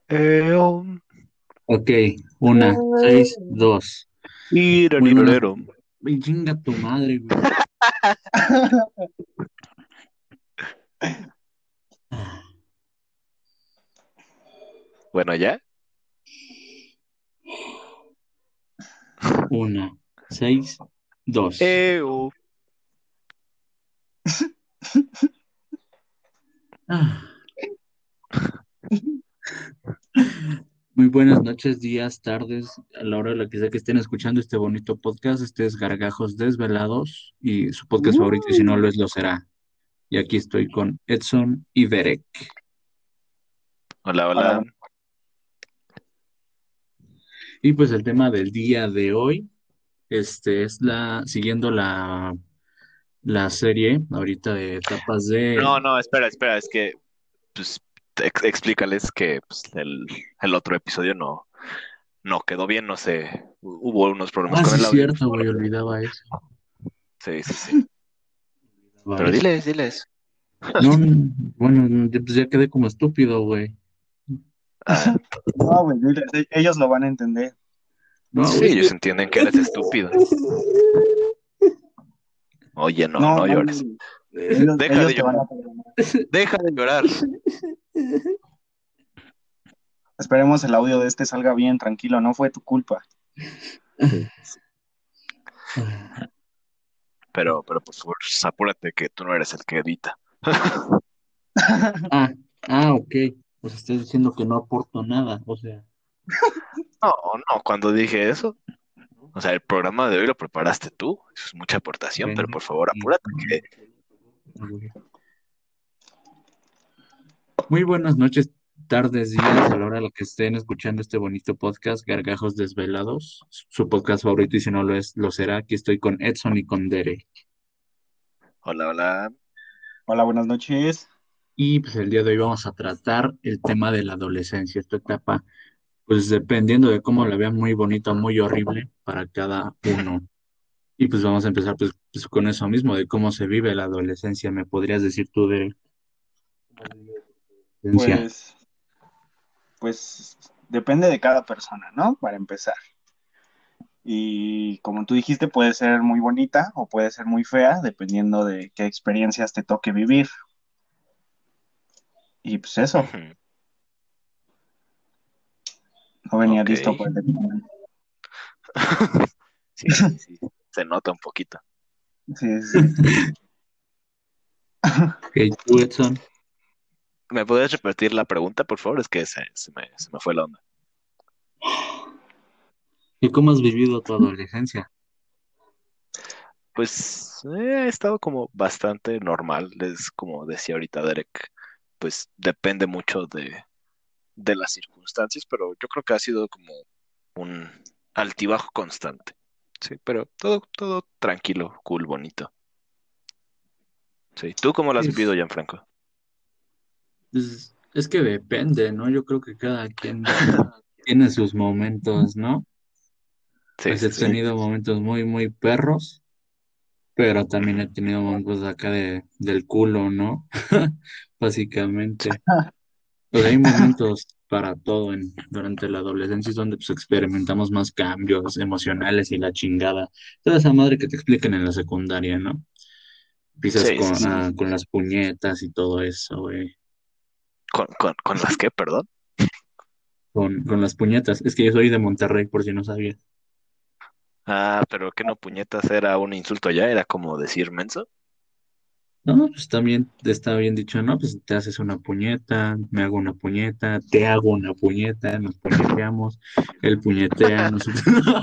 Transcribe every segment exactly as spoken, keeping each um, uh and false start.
Eh, um, Ok, una, seis, dos. Muy buenas. iranirorero. Ay, chinga tu madre, güey. Bueno, ¿ya? Una, seis, dos. Eh, oh, Ah, Muy buenas noches, días, tardes, a la hora de la que sea que estén escuchando este bonito podcast. Este es Gargajos Desvelados y su podcast favorito, y si no lo es, lo será. Y aquí estoy con Edson y Derek. hola, Hola, hola. bueno. Y pues el tema del día de hoy, este es la, siguiendo la, la serie ahorita de etapas de. No, no, espera, espera, es que, pues, ex- explícales que pues, el, el otro episodio no, no quedó bien, no sé, hu- hubo unos problemas Ah, con sí, el audio, por cierto, favor. güey, olvidaba eso. Sí, sí, sí. Olvidaba Pero eso. diles, diles. No, n- bueno, n- pues ya quedé como estúpido, güey. Ah, No, güey, diles, e- ellos lo van a entender. No, sí, güey, es ellos que. entienden que eres estúpido. Oye, no, No, no no, llores. güey, ellos, Deja de ellos te llorar, van a perdonar. deja de llorar. Esperemos el audio de este salga bien, tranquilo, no fue tu culpa. Sí. Pero, pero por favor, apúrate que tú no eres el que edita. Ah, ah, ok. Pues estás diciendo que no aporto nada, o sea. No, no, cuando dije eso, o sea, el programa de hoy lo preparaste tú, eso es mucha aportación, pero Bueno, por favor, sí, apúrate que... güey. Muy buenas noches, tardes, días, a la hora a la que estén escuchando este bonito podcast, Gargajos Desvelados, su podcast favorito, y si no lo es, lo será. Aquí estoy con Edson y con Dere. Hola, hola. Hola, buenas noches. Y pues el día de hoy vamos a tratar el tema de la adolescencia, esta etapa, pues dependiendo de cómo la vean, muy bonita o muy horrible para cada uno. Y pues vamos a empezar pues, pues, con eso mismo, de cómo se vive la adolescencia. ¿Me podrías decir tú de adolescencia? Pues, pues depende de cada persona, ¿no? Para empezar. Y como tú dijiste, puede ser muy bonita o puede ser muy fea, dependiendo de qué experiencias te toque vivir. Y pues eso, Ujú. no venía Ok. listo para el examen. Sí, sí, sí, se nota un poquito. Sí, sí, sí. Ok, tú, Edson, ¿Me puedes repetir la pregunta, por favor? Es que se, se me, se me fue la onda. ¿y cómo has vivido tu adolescencia? Pues eh, ha estado como bastante normal, es como decía ahorita Derek, pues depende mucho de, de las circunstancias, pero yo creo que ha sido como un altibajo constante. Sí, pero todo, todo tranquilo, cool, bonito. Sí, ¿tú cómo lo has vivido, Es, Gianfranco? es, es que depende, ¿no? Yo creo que cada quien tiene sus momentos, ¿no? Sí, Pues he sí, sí. Sí. tenido momentos muy, muy perros, pero también he Ujú. tenido momentos acá de, del culo, ¿no? Básicamente. Pues hay momentos para todo en, durante la adolescencia, es donde pues, experimentamos más cambios emocionales y la chingada. Toda esa madre que te explican en la secundaria, ¿no? Empiezas Sí, sí, con, sí. ah, con las puñetas y todo eso, güey. ¿Con, con, con las qué, perdón? Con, con las puñetas. Es que yo soy de Monterrey, por si no sabías. Ah, pero que no puñetas era un insulto ya, era como decir menso. No, pues también está bien dicho, ¿no? Pues te haces una puñeta, me hago una puñeta, te hago una puñeta, nos puñeteamos, él puñetea, nosotros.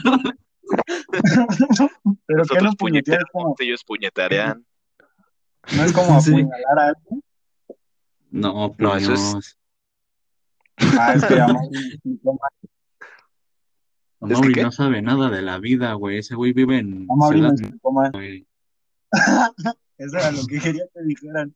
Pero que Nosotros no puñetear es puñeteamos, como, ellos puñetarean. no es como Sí. apuñalar a alguien. No, No, eso es, puños. Ah, es que amor, me explicó mal. ¿es que Amaury qué? no sabe nada de la vida, güey. Ese güey vive en Amaury Ciudad me Mía, explicó mal. güey. Eso era lo que quería que dijeran.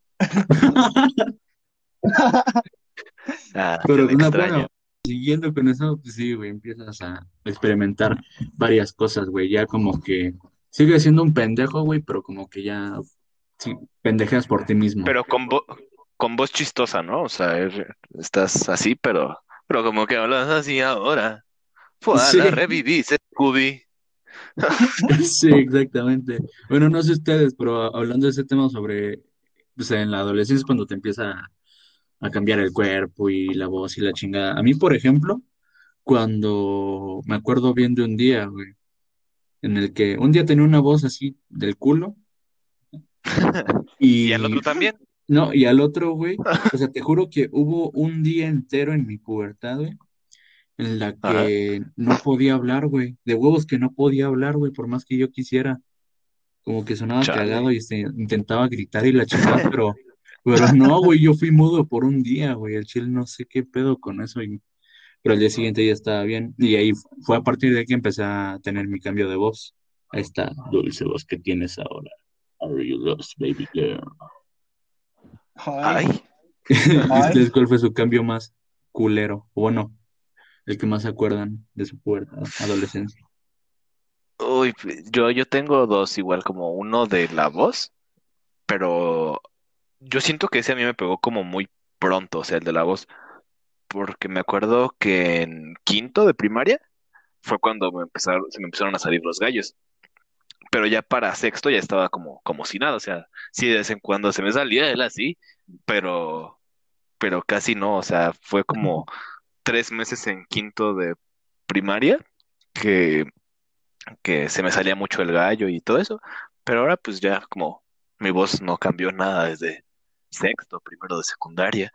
Ah, se Pero le no, extraña. bueno, siguiendo con eso, pues sí, güey, empiezas a experimentar varias cosas, güey. Ya como que sigue siendo un pendejo, güey, pero como que ya sí, pendejeas por ti mismo. Pero con, vo- con voz chistosa, ¿no? O sea, er- estás así, pero Pero como que hablas así ahora. Fue la Sí, reviví, Scooby. sí, exactamente. Bueno, no sé ustedes, pero hablando de ese tema sobre, o sea, en la adolescencia es cuando te empieza a cambiar el cuerpo y la voz y la chingada. A mí, por ejemplo, cuando me acuerdo bien de un día, güey, en el que un día tenía una voz así del culo Y al y otro también. no, y al otro, güey, o sea, te juro que hubo un día entero en mi pubertad, güey, en la Ajá. que no podía hablar, güey, de huevos que no podía hablar, güey, por más que yo quisiera, como que sonaba cagado Chale. y se intentaba gritar y la chingada, pero, pero no, güey, yo fui mudo por un día, güey, el chile no sé qué pedo con eso, y, pero al día siguiente ya estaba bien, y ahí fu- fue a partir de ahí que empecé a tener mi cambio de voz, a esta dulce voz que tienes ahora. Are you lost, baby girl? Ay, Ay. ¿Y ay. ustedes cuál fue su cambio más culero? O bueno, el que más se acuerdan de su pubertad, adolescencia. Uy, yo, yo tengo dos igual, como uno de la voz, pero yo siento que ese a mí me pegó como muy pronto, o sea, el de la voz, porque me acuerdo que en quinto de primaria fue cuando me empezaron, se me empezaron a salir los gallos, pero ya para sexto ya estaba como, como si nada, o sea, sí de vez en cuando se me salía él así, pero, pero casi no, o sea, fue como tres meses en quinto de primaria que, que se me salía mucho el gallo y todo eso, pero ahora pues ya como mi voz no cambió nada desde sexto, primero de secundaria.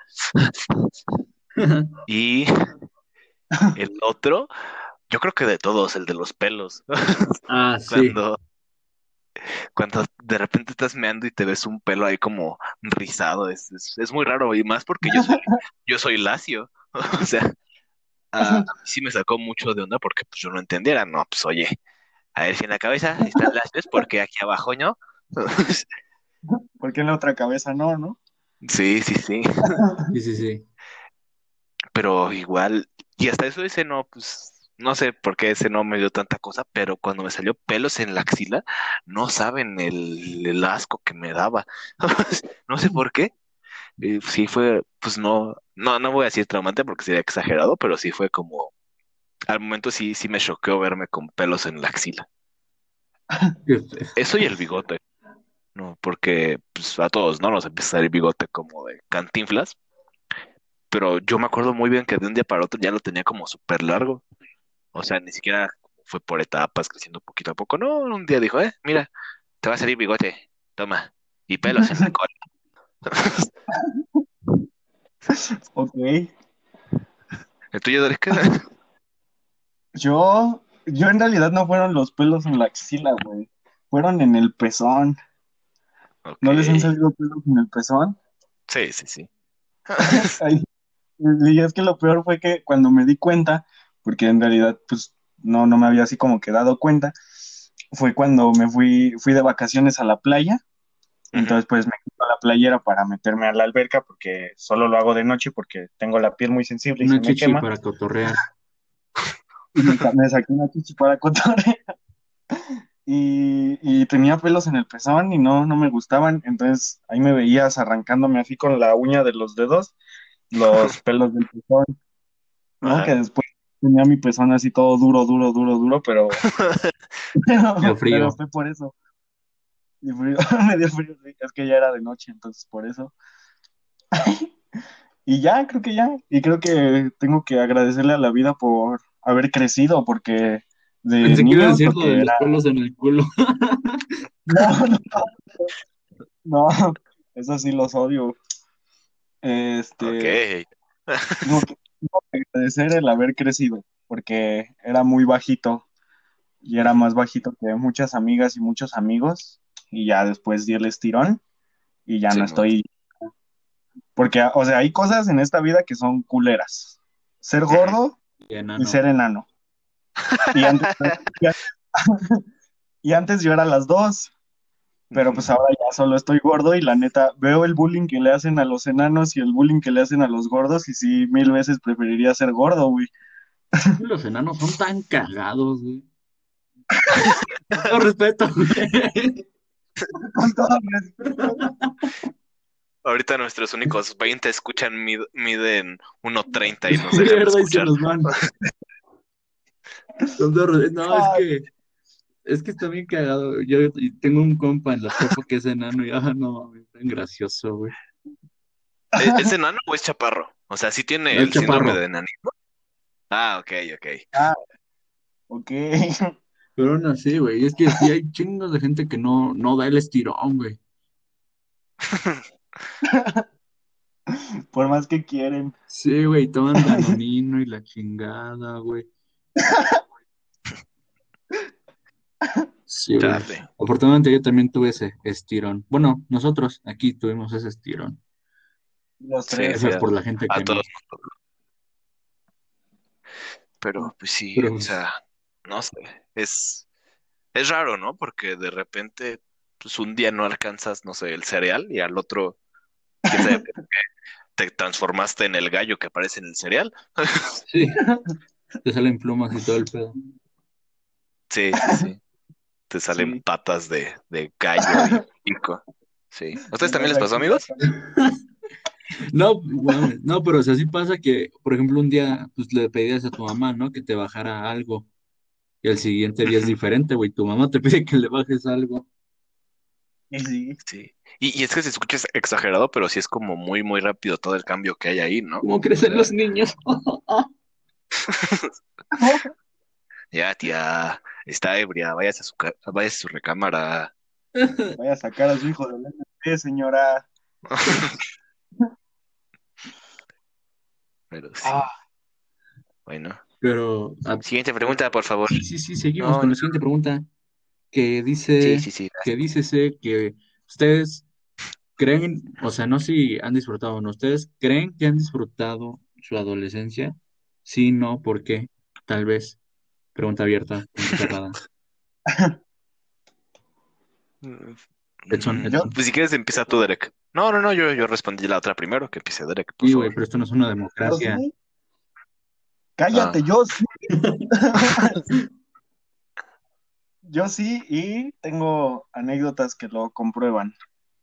Y el otro, yo creo que de todos, el de los pelos. Ah, sí. Cuando, cuando de repente estás meando y te ves un pelo ahí como rizado, es, es, es muy raro y más porque yo soy, yo soy lacio. O sea, a, a mí sí me sacó mucho de onda porque pues yo no entendiera, no, pues oye, a ver si en la cabeza están lacios porque aquí abajo no. ¿Por qué en la otra cabeza no, no? Sí, sí, sí, Sí, sí, sí. pero igual, y hasta eso ese no, pues no sé por qué ese no me dio tanta cosa, pero cuando me salió pelos en la axila, no saben el, el asco que me daba. No sé por qué. Eh, sí fue, pues no, no, no voy a decir traumante porque sería exagerado, pero sí fue como, al momento sí, sí me choqueó verme con pelos en la axila. Qué feo. Eso y el bigote, ¿no? Porque pues, a todos, ¿no? Nos empieza a salir bigote como de Cantinflas, pero yo me acuerdo muy bien que de un día para otro ya lo tenía como súper largo. O sea, ni siquiera fue por etapas, creciendo poquito a poco. No, un día dijo, eh, mira, te va a salir bigote, toma, y pelos en la cola. Ok. ¿El tuyo, Dorika? Yo, yo en realidad no fueron los pelos en la axila, güey. Fueron en el pezón. Ok. ¿No les han salido pelos en el pezón? Sí, sí, sí. Ay, y es que lo peor fue que cuando me di cuenta, porque en realidad pues no, no me había así como que dado cuenta, fue cuando me fui, fui de vacaciones a la playa. Ujú. Entonces pues me quito la playera para meterme a la alberca porque solo lo hago de noche porque tengo la piel muy sensible y Una se me chichi quema. para cotorrear. Y me, sa- me saqué una chichi para cotorrear y, y tenía pelos en el pezón y no, no me gustaban. Entonces ahí me veías arrancándome así con la uña de los dedos los pelos del pezón, ¿no? Que Ajá. después tenía mi pezón así todo duro, duro, duro, duro, pero, Qué pero, pero frío. fue por eso. Y frío, me dio frío, sí, es que ya era de noche, entonces por eso. Y ya, creo que ya. Y creo que tengo que agradecerle a la vida por haber crecido, porque de Pensé que iba a niño, decir lo de porque los era. pelos en el culo. No, no, no, eso sí los odio. Ok. Este, tengo que, tengo que agradecer el haber crecido, porque era muy bajito y era Ujú. más bajito que muchas amigas y muchos amigos, y ya después di el estirón y ya no Simón. estoy, porque, o sea, hay cosas en esta vida que son culeras. Ser Ujú. gordo Y y enano. ser enano. Y antes, y antes yo era las dos, pero Ujú. pues ahora ya solo estoy gordo y la neta veo el bullying que le hacen a los enanos y el bullying que le hacen a los gordos y sí, mil veces preferiría ser gordo, güey. Los enanos son tan cagados, güey. Con todo respeto, güey. Con todo respeto. ahorita nuestros únicos veinte escuchan mid- miden uno treinta y nos dejan de Mierda, y se escuchar. nos van. Son dos- No, es Ah, que, es que está bien cagado. Yo tengo un compa en la prepa que es enano y ah, no, mames, tan gracioso, güey. ¿E- ¿Es enano o es chaparro? O sea, sí tiene No es el síndrome chaparro, de enanismo. Ah, ok, ok. ah, ok. pero aún así, güey, es que sí hay chingos de gente que no, no da el estirón, güey. Por más que quieren. Sí, güey, toman danonino y la chingada, güey. Sí, güey. Chale. Afortunadamente yo también tuve ese estirón. Bueno, nosotros aquí tuvimos ese estirón. Los Sí, tres. sí, Eso es a, por la gente a que no. todos. Pero pues sí, Pero o pues, sea, no sé. Es, es raro, ¿no? Porque de repente, pues un día no alcanzas, no sé, el cereal y al otro, quién sabe, te transformaste en el gallo que aparece en el cereal. sí, te salen plumas y todo el pedo. Sí, sí, sí. Te salen Sí. patas de, de gallo y pico. Sí. ¿A ustedes también Tengas les pasó, aquí amigos? bastante. No, mames, no, pero o sea, sí pasa que, por ejemplo, un día pues le pedías a tu mamá, ¿no? Que te bajara algo. Y el siguiente día es Ujú. diferente, güey. Tu mamá te pide que le bajes algo. Y sí. Sí. Y, y es que se escucha exagerado, pero sí es como muy, muy rápido todo el cambio que hay ahí, ¿no? ¿Cómo O crecen sea, los niños? ya, tía, está ebria, váyase a su, ca- váyase a su recámara. Vaya a sacar a su hijo del M P, señora. Pero sí, Ah, bueno. Pero, ah, Siguiente pregunta, por favor. sí, sí, sí, seguimos No, con no, la siguiente pregunta, que sí, dice, sí, sí. que dícese que ustedes creen, o sea, no si han disfrutado o no, ¿ustedes creen que han disfrutado su adolescencia? Sí, no, ¿por qué? Tal vez. Pregunta abierta, pregunta cerrada. Edson, Mm, yo, Edson. pues si quieres empieza tú, Derek. No, no, no, yo, yo respondí la otra primero, que empiece Derek, por Sí, güey, favor. pero esto no es una yo democracia. sí. Cállate, Ah, yo sí. Yo sí, y tengo anécdotas que lo comprueban.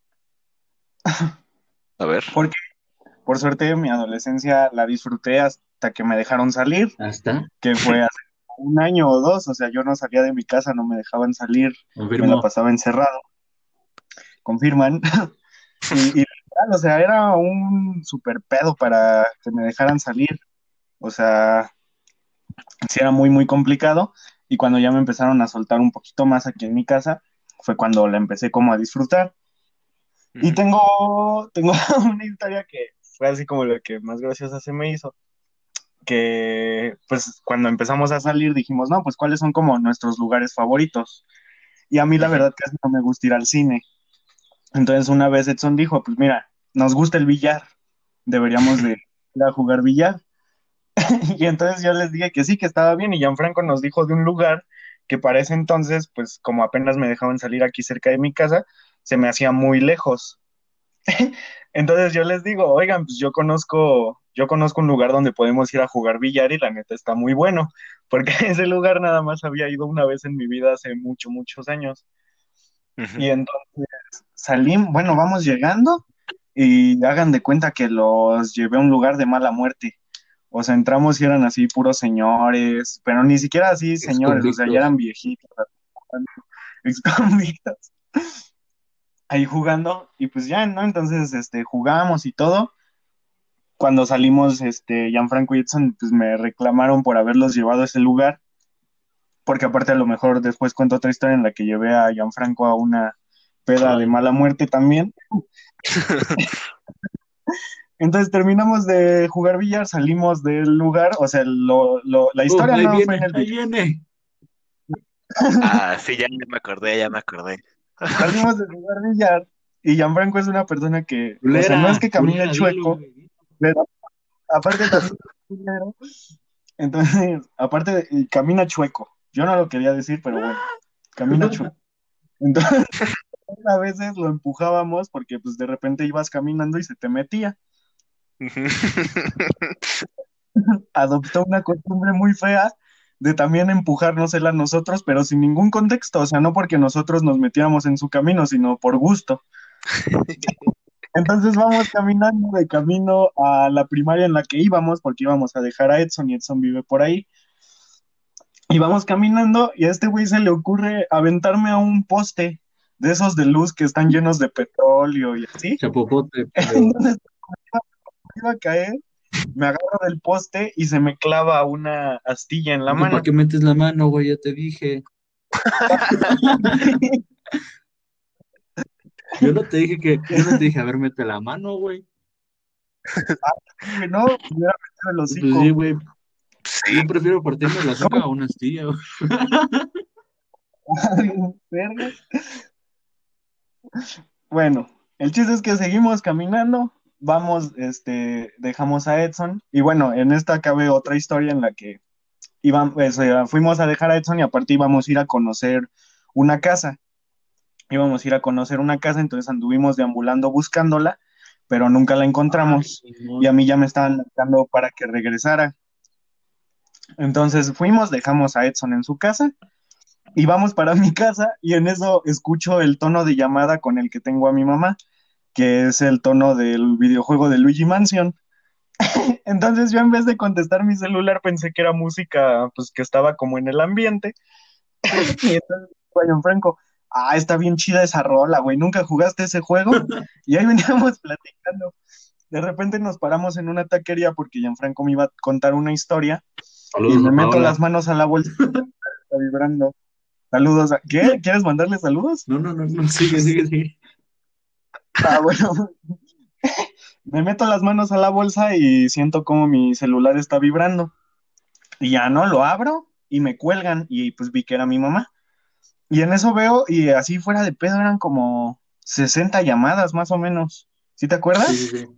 a ver. Porque, por suerte, mi adolescencia la disfruté hasta que me dejaron salir, ¿Hasta? que fue hace un año o dos. O sea, yo no salía de mi casa, no me dejaban salir, me la Confirmo. pasaba encerrado, confirman. Y, y literal, o sea, era un super pedo para que me dejaran salir. O sea, sí era muy, muy complicado. Y cuando ya me empezaron a soltar un poquito más aquí en mi casa, fue cuando la empecé como a disfrutar. Y Ujú, tengo, tengo una historia que fue así como la que más graciosa se me hizo, que pues cuando empezamos a salir dijimos, no, pues cuáles son como nuestros lugares favoritos. Y a mí la ujú. verdad casi no me gusta ir al cine. Entonces una vez Edson dijo, pues mira, nos gusta el billar, deberíamos de ir a jugar billar. Y entonces yo les dije que sí, que estaba bien, y Gianfranco nos dijo de un lugar que para ese entonces, pues como apenas me dejaban salir aquí cerca de mi casa, se me hacía muy lejos. Entonces yo les digo, oigan, pues yo conozco, yo conozco un lugar donde podemos ir a jugar billar y la neta está muy bueno, porque ese lugar nada más había ido una vez en mi vida hace mucho, muchos años. Ujú. Y entonces salimos, bueno, vamos llegando y hagan de cuenta que los llevé a un lugar de mala muerte. O sea, entramos y eran así puros señores, pero ni siquiera así Ex señores, o sea, ya convictos. eran viejitos, exconvictos, ahí jugando, y pues ya, ¿no? Entonces, este, jugamos y todo. Cuando salimos, este, Gianfranco y Edson, pues me reclamaron por haberlos llevado a ese lugar, porque aparte a lo mejor después cuento otra historia en la que llevé a Gianfranco a una peda de Ay, mala muerte también. Entonces terminamos de jugar billar, salimos del lugar, o sea, lo, lo, la oh, historia ahí no fue en viene, el ahí billar. viene. Ah, sí, ya me acordé, ya me acordé. Salimos de jugar billar y Gianfranco es una persona que, o sea, no es Culera, que camine culera, dilo, chueco, güey. pero aparte también es culero. Entonces, aparte de- y camina chueco. Yo no lo quería decir, pero bueno, camina chueco. Entonces, a veces lo empujábamos porque pues de repente ibas caminando y se te metía. Ujú. Adoptó una costumbre muy fea de también empujarnos él a nosotros, pero sin ningún contexto, o sea, no porque nosotros nos metiéramos en su camino, sino por gusto. Entonces vamos caminando de camino a la primaria en la que íbamos, porque íbamos a dejar a Edson y Edson vive por ahí. Y vamos caminando y a este güey se le ocurre aventarme a un poste de esos de luz que están llenos de petróleo y así. Chapopote, pero Entonces iba a caer, me agarro del poste y se me clava una astilla en la no, ¿para mano. qué metes la mano, güey? Ya te dije. Yo no te dije que, yo no te dije, a ver, mete la mano, güey. Que no, me hubiera metido el Pues sí, hocico. güey. Sí, Yo prefiero partirme la soga ¿Cómo? a una astilla, güey. Vergas. Bueno, el chiste es que seguimos caminando, vamos, este, dejamos a Edson, y bueno, en esta cabe otra historia en la que iban, pues, eh, fuimos a dejar a Edson y aparte íbamos a ir a conocer una casa, íbamos a ir a conocer una casa, entonces anduvimos deambulando buscándola, pero nunca la Ay, encontramos, y a Simón. mí ya me estaban marcando para que regresara. Entonces fuimos, dejamos a Edson en su casa, y vamos para mi casa, y en eso escucho el tono de llamada con el que tengo a mi mamá, que es el tono del videojuego de Luigi Mansion. Entonces yo en vez de contestar mi celular pensé que era música pues que estaba como en el ambiente y entonces Brian Franco, ah, está bien chida esa rola, güey, ¿nunca jugaste ese juego? Y ahí veníamos platicando. De repente nos paramos en una taquería porque Gianfranco me iba a contar una historia y Saludos me a meto Paola. las manos a la bolsa, está vibrando. Saludos. A... ¿Qué? ¿Quieres mandarle saludos? No, no, no, no, sigue, sigue, sigue. Ah, bueno, me meto las manos a la bolsa y siento como mi celular está vibrando. Y ya no, lo abro y me cuelgan y pues vi que era mi mamá. Y en eso veo y así fuera de pedo eran como sesenta llamadas más o menos. ¿Sí te Sí, sí, acuerdas? sí.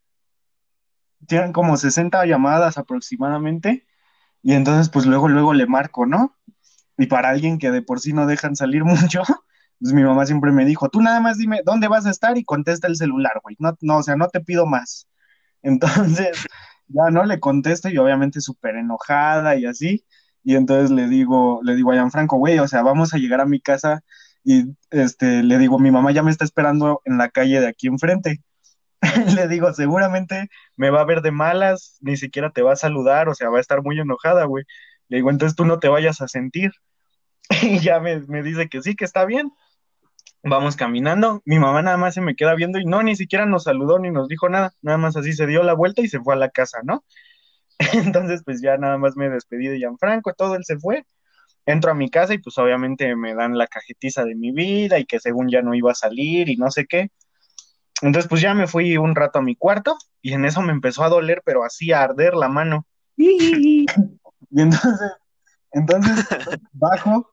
Eran como sesenta llamadas aproximadamente. Y entonces pues luego, luego le marco, ¿no? Y para alguien que de por sí no dejan salir mucho, pues mi mamá siempre me dijo, tú nada más dime dónde vas a estar y contesta el celular, güey. No, no, o sea, no te pido más. Entonces, ya no le contesto y obviamente súper enojada y así. Y entonces le digo, le digo a Gianfranco, güey, o sea, vamos a llegar a mi casa y este, le digo, mi mamá ya me está esperando en la calle de aquí enfrente. Le digo, seguramente me va a ver de malas, ni siquiera te va a saludar, o sea, va a estar muy enojada, güey. Le digo, entonces tú no te vayas a sentir. Y ya me, me dice que sí, que está bien. Vamos caminando, mi mamá nada más se me queda viendo y no, ni siquiera nos saludó ni nos dijo nada, nada más así se dio la vuelta y se fue a la casa, ¿no? Entonces, pues ya nada más me despedí de Gianfranco, todo él se fue. Entro a mi casa y pues obviamente me dan la cajetiza de mi vida y que según ya no iba a salir y no sé qué. Entonces, pues ya me fui un rato a mi cuarto y en eso me empezó a doler, pero así a arder la mano. Y entonces, entonces bajo,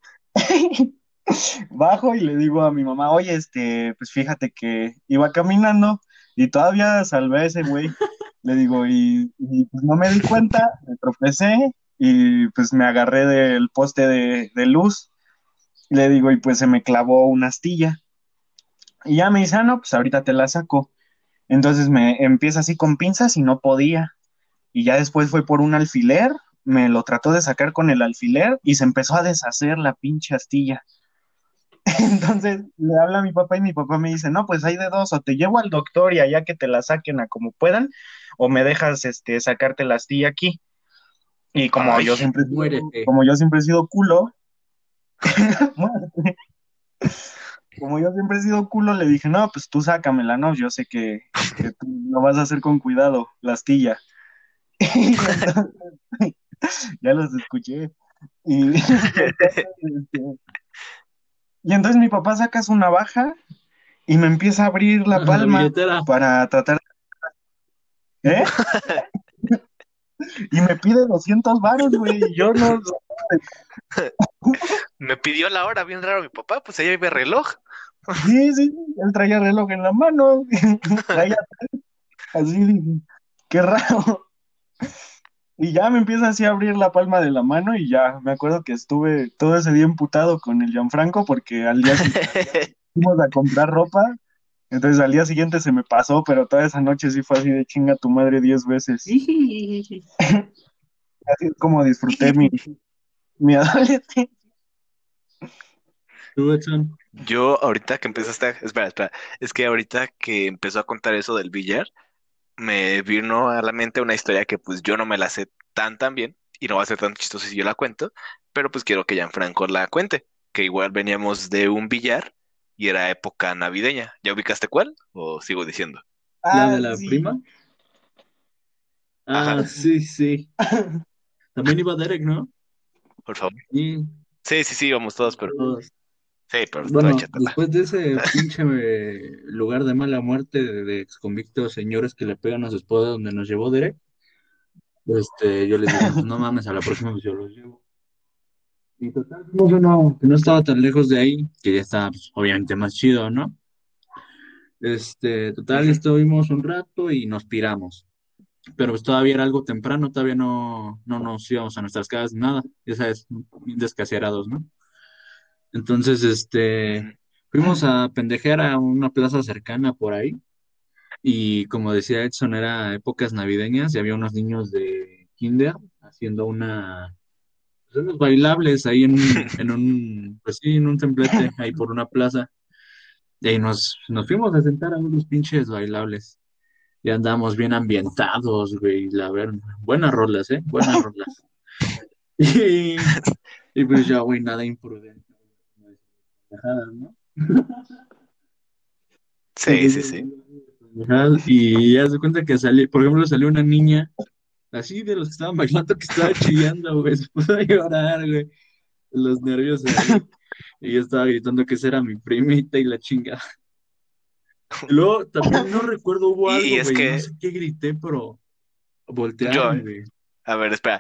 bajo y le digo a mi mamá, oye, este, pues fíjate que iba caminando y todavía salvé a ese güey. Le digo, y, y, pues no me di cuenta, me tropecé y pues me agarré del poste de, de luz. Le digo, y pues se me clavó una astilla. Y ya me dice, ah, no, pues ahorita te la saco. Entonces me empieza así con pinzas y no podía. Y ya después fue por un alfiler, me lo trató de sacar con el alfiler y se empezó a deshacer la pinche astilla. Entonces le habla a mi papá y mi papá me dice, no, pues hay de dos, o te llevo al doctor y allá que te la saquen a como puedan, o me dejas este, sacarte la astilla aquí. Y como ay, yo siempre he sido, Muérete. como yo siempre he sido culo, como yo siempre he sido culo, le dije, no, pues tú sácamela, no, yo sé que, que tú lo vas a hacer con cuidado, la astilla. Y entonces, ya los escuché. Y, y entonces, este, y entonces mi papá saca su navaja y me empieza a abrir la La palma billetera. para tratar, ¿eh? Y me pide doscientos varos, güey, y yo no, me pidió la hora, bien raro mi papá, pues ahí ve reloj. sí, sí, él traía reloj en la mano, traía así, dije, qué raro. Y ya me empieza así a abrir la palma de la mano y ya, me acuerdo que estuve todo ese día emputado con el Gianfranco porque al día siguiente fuimos a comprar ropa, entonces al día siguiente se me pasó, pero toda esa noche sí fue así de chinga tu madre diez veces. Así es como disfruté mi, mi adolescencia. ¿Tú, Edson? Yo ahorita que empezaste, a- espera, espera, es que ahorita que empezó a contar eso del billar, me vino a la mente una historia que pues yo no me la sé tan tan bien y no va a ser tan chistoso si yo la cuento, pero pues quiero que Gianfranco la cuente, que igual veníamos de un billar y era época navideña. ¿Ya ubicaste cuál? ¿O sigo diciendo? ¿La Ah, de la sí. prima? Ajá, Ah, sí, sí. También iba Derek, ¿no? por favor. Sí, Sí, sí, sí, vamos todos, pero todos. sí, pero tú Bueno, échatela. después de ese pinche eh, lugar de mala muerte de, de exconvictos señores que le pegan a su esposa donde nos llevó Derek, este, yo les dije, pues no mames, a la próxima pues yo los llevo. Y total, fuimos uno que no estaba tan lejos de ahí, que ya está pues, obviamente más chido, ¿no? Este, total, Ujú. estuvimos un rato y nos piramos. Pero pues todavía era algo temprano, todavía no, no nos íbamos a nuestras casas, nada, ya sabes, bien descasierados, ¿no? Entonces, este, Ujú. fuimos a pendejear a una plaza cercana por ahí y como decía Edson, era épocas navideñas y había unos niños de kinder haciendo una, pues, unos bailables ahí en un, en un, pues sí, en un templete ahí por una plaza. Y ahí nos, nos fuimos a sentar a unos pinches bailables. Y andamos bien ambientados, güey, la verdad. Buenas rolas, ¿eh? Buenas rolas. Y, y pues ya, güey, nada imprudente. ¿No? Y Sí, pues, sí, sí. ajá, y ya se cuenta que salió, por ejemplo, salió una niña, así de los que estaban bailando, que estaba chillando, güey, se puso a llorar, güey, de los nervios ahí. Y yo estaba gritando que esa era mi primita y la chinga. Y luego también no recuerdo, hubo Y, y algo, es güey, no que sé qué grité, pero yo, voltearon, güey. a ver, espera,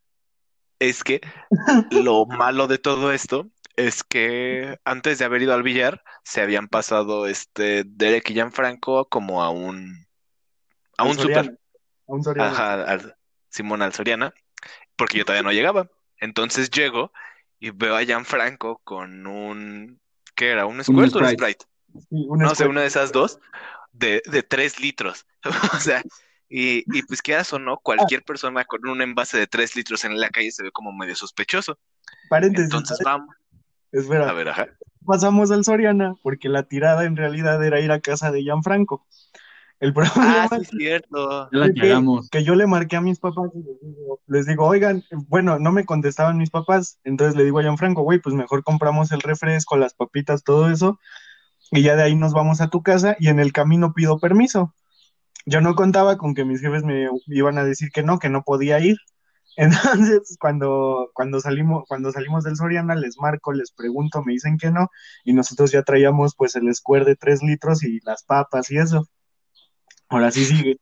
es que lo malo de todo esto es que antes de haber ido al billar, se habían pasado este Derek y Gianfranco como a un a Al un Soriana, súper, a un Soriana. ajá, al Simón al Soriana, porque yo todavía no llegaba. Entonces llego y veo a Gianfranco con un, ¿qué era? ¿Un Un Squirt o un Sprite. Sprite? Sí, un No sé, Square. una de esas dos, de, de tres litros. O sea, y, y pues quieras o no, Ah, cualquier persona con un envase de tres litros en la calle se ve como medio sospechoso. paréntesis, Entonces paréntesis, vamos, a espera. ver, ajá. Pasamos al Soriana porque la tirada en realidad era ir a casa de Gianfranco. El Ah, problema sí, es cierto. Ya la fue que, cagamos. que yo le marqué a mis papás y les digo, les digo, oigan, bueno, no me contestaban mis papás, entonces le digo a Gianfranco, güey, pues mejor compramos el refresco, las papitas, todo eso, y ya de ahí nos vamos a tu casa y en el camino pido permiso. Yo no contaba con que mis jefes me iban a decir que no, que no podía ir. Entonces, cuando, cuando salimos, cuando salimos del Soriana, les marco, les pregunto, me dicen que no, y nosotros ya traíamos pues el square de tres litros y las papas y eso. Ahora sí sigue.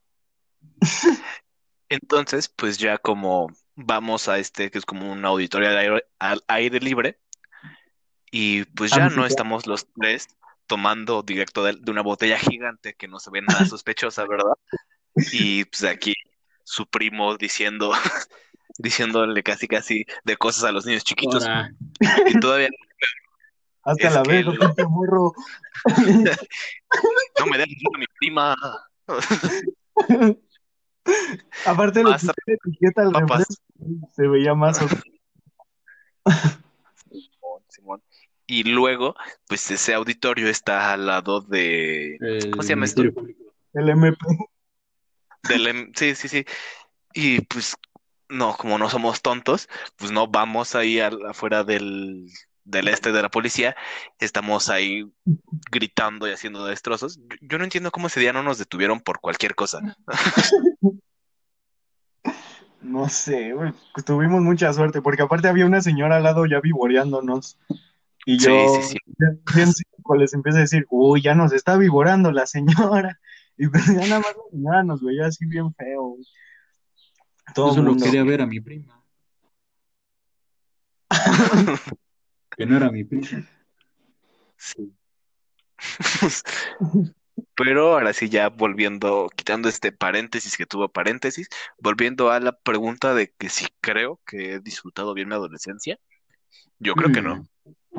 Entonces, pues ya como vamos a este, que es como un auditorio al aire, al aire libre, y pues A ya no visitar. estamos los tres tomando directo de, de una botella gigante que no se ve nada sospechosa, ¿verdad? Y pues aquí su primo diciendo, diciéndole casi casi de cosas a los niños chiquitos, Ahora, y todavía Hasta es la que vez, él, pinche morro. no me dejes a mi prima, Aparte le pasa quité la etiqueta al papas. refresco, se veía más os- Simón, Simón. Y luego, pues ese auditorio está al lado de, ¿cómo el se llama esto? Ministerio Público. el M P. Del, em- sí, sí, sí. Y pues no, como no somos tontos, pues no vamos ahí al- afuera del, del este de la policía, estamos ahí gritando y haciendo destrozos. Yo, yo no entiendo cómo ese día no nos detuvieron por cualquier cosa. No sé, güey, pues tuvimos mucha suerte, porque aparte había una señora al lado ya vivoreándonos, y Sí, sí, yo sí. bien cínico les empiezo a decir, uy, ya nos está vivorando la señora, y pues ya nada más la señora nos veía así bien feo, güey. Todo Yo el solo mundo. quería ver a mi prima, que no era mi prima. Sí. Pero ahora sí, ya volviendo, quitando este paréntesis que tuvo paréntesis, volviendo a la pregunta de que si creo que he disfrutado bien mi adolescencia, yo creo que no, Mm,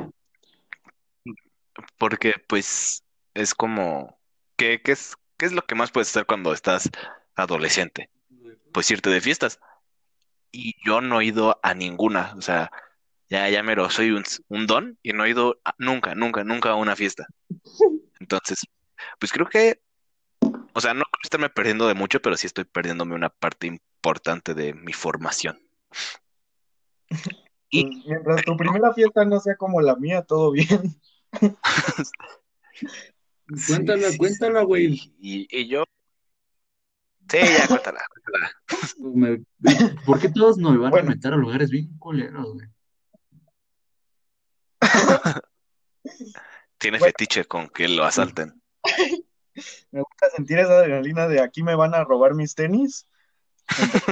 porque pues es como, ¿qué, qué es, qué es lo que más puedes hacer cuando estás adolescente? Pues irte de fiestas. Y yo no he ido a ninguna, o sea, Ya, ya mero, soy un, un don y no he ido a- nunca, nunca, nunca a una fiesta. Entonces, pues creo que, o sea, no creo estarme perdiendo de mucho, pero sí estoy perdiéndome una parte importante de mi formación. Y Pues mientras tu primera fiesta no sea como la mía, todo bien. sí, Cuéntala, sí, cuéntala, sí. güey. Y, y, y yo, sí, ya, cuéntala, cuéntala. Me- ¿Por qué todos nos van a Bueno, meter a lugares bien culeros, güey? Tiene bueno, fetiche con que lo asalten. me gusta sentir esa adrenalina de aquí me van a robar mis tenis. Entonces,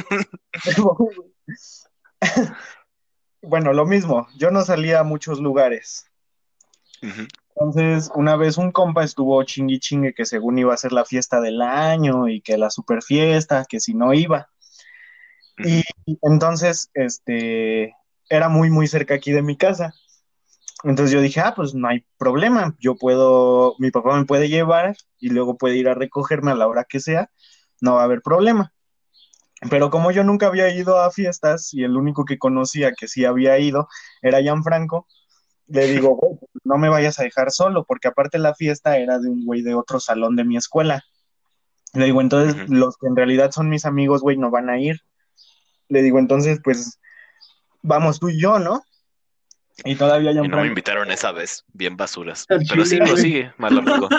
bueno, lo mismo, yo no salía a muchos lugares. Ujú, Entonces, una vez un compa estuvo chingui chingue que según iba a ser la fiesta del año y que la super fiesta, que si no iba. Y ujú, entonces, este, era muy, muy cerca aquí de mi casa. Entonces yo dije, ah, pues no hay problema, yo puedo, mi papá me puede llevar y luego puede ir a recogerme a la hora que sea, no va a haber problema. Pero como yo nunca había ido a fiestas y el único que conocía que sí había ido era Gianfranco, le digo, güey, no me vayas a dejar solo, porque aparte la fiesta era de un güey de otro salón de mi escuela. Le digo, entonces ujú. los que en realidad son mis amigos, güey, no van a ir. Le digo, entonces, pues vamos tú y yo, ¿no? Y todavía Y no me Gianfranco, invitaron esa vez, bien basuras. Al Pero chile, sí, güey. prosigue, mal amigo.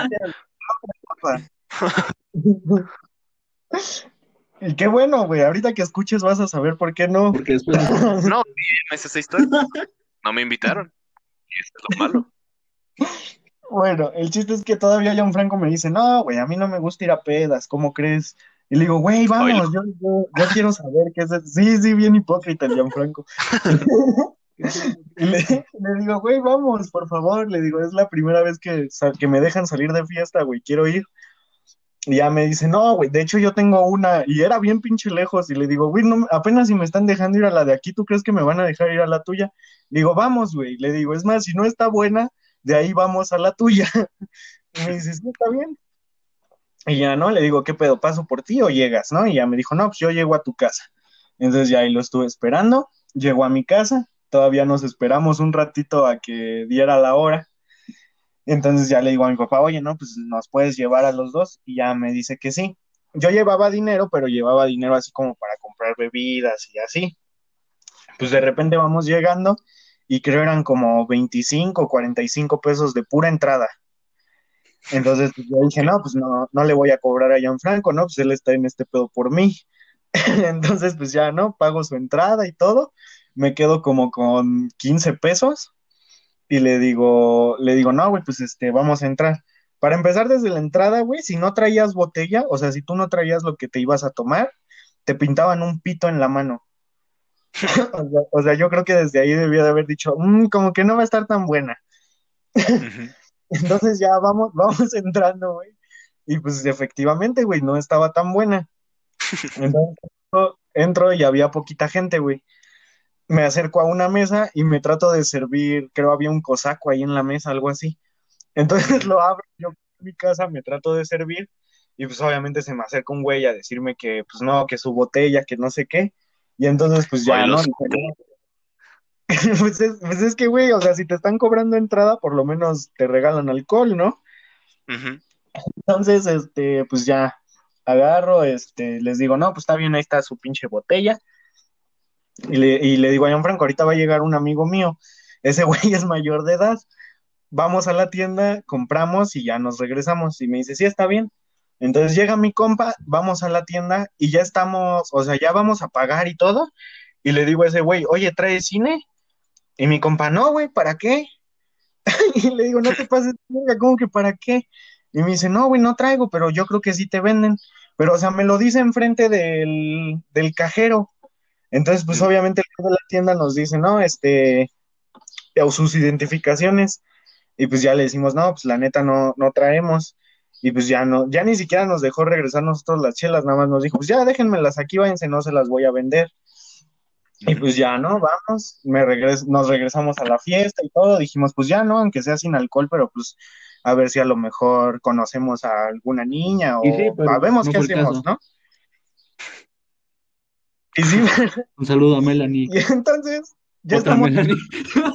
y qué bueno, güey, ahorita que escuches vas a saber por qué no. Porque después nos... No, no es esa historia. No me invitaron. Y eso es lo malo. Bueno, el chiste es que todavía Gianfranco me dice, no, güey, a mí no me gusta ir a pedas, ¿cómo crees? Y le digo, güey, Oílo. vamos, yo, yo, yo quiero saber qué es eso. Sí, sí, bien hipócrita el Gianfranco. ¿Qué pedo? ¿Qué Y le, pedo? le digo, güey, vamos, por favor. Le digo, es la primera vez que, sa- que me dejan salir de fiesta, güey, quiero ir. Y ya me dice, no, güey, de hecho yo tengo una, y era bien pinche lejos. Y le digo, güey, no, apenas si me están dejando ir a la de aquí, ¿tú crees que me van a dejar ir a la tuya? Le digo, vamos, güey. Le digo, es más, si no está buena, de ahí vamos a la tuya. Y me dice, sí, está bien. Y ya, ¿no? Le digo, ¿qué pedo? ¿Paso por ti o llegas, no? Y ya me dijo, no, pues yo llego a tu casa. Entonces ya ahí lo estuve esperando, llegó a mi casa, todavía nos esperamos un ratito a que diera la hora. Entonces ya le digo a mi papá, oye, no, pues nos puedes llevar a los dos. Y ya me dice que sí. Yo llevaba dinero, pero llevaba dinero así como para comprar bebidas y así. Pues de repente vamos llegando y creo eran como veinticinco, cuarenta y cinco pesos de pura entrada. Entonces pues, yo dije, Ok. no, pues no, no le voy a cobrar a Gianfranco, ¿no? Pues él está en este pedo por mí. Entonces pues ya, ¿no? Pago su entrada y todo. Me quedo como con quince pesos y le digo, le digo, no, güey, pues este, vamos a entrar. Para empezar desde la entrada, güey, si no traías botella, o sea, si tú no traías lo que te ibas a tomar, te pintaban un pito en la mano. O sea, o sea, yo creo que desde ahí debía de haber dicho, "Mm, como que no va a estar tan buena". Ujú. Entonces ya vamos, vamos entrando, güey. Y pues efectivamente, güey, no estaba tan buena. Entonces entro entro y había poquita gente, güey. Me acerco a una mesa y me trato de servir, creo había un cosaco ahí en la mesa, algo así. Entonces Ujú. lo abro, yo en mi casa me trato de servir y pues obviamente se me acerca un güey a decirme que pues no, que su botella, que no sé qué. Y entonces pues ya, ¿no? Oílos. Dije, pues es, pues es que, güey, o sea, si te están cobrando entrada, por lo menos te regalan alcohol, ¿no? Ujú. Entonces, este, pues ya agarro, este, les digo, no, pues está bien, ahí está su pinche botella. Y le, y le digo a Gianfranco, ahorita va a llegar un amigo mío, ese güey es mayor de edad, vamos a la tienda, compramos y ya nos regresamos. Y me dice, sí, está bien. Entonces llega mi compa, vamos a la tienda y ya estamos, o sea, ya vamos a pagar y todo. Y le digo a ese güey, oye, ¿trae cine? Y mi compa, no, güey, ¿para qué? Y le digo, no te pases, de verga, ¿cómo que para qué? Y me dice, no, güey, no traigo, pero yo creo que sí te venden. Pero, o sea, me lo dice enfrente del, del cajero. Entonces, pues Mm. obviamente el de la tienda nos dice, no, este, o sus identificaciones. Y pues ya le decimos, no, pues la neta no, no traemos. Y pues ya no, ya ni siquiera nos dejó regresar nosotros las chelas, nada más nos dijo, pues ya déjenmelas aquí, váyanse, no se las voy a vender. Y Ujú. pues ya, ¿no? Vamos, me regres nos regresamos a la fiesta y todo, dijimos, pues ya, ¿no? Aunque sea sin alcohol, pero pues a ver si a lo mejor conocemos a alguna niña Y sí, o pero sabemos no qué fue el hacemos, caso. ¿no? Y sí, Un saludo a Melanie. y entonces, Ya Otra estamos, Melanie.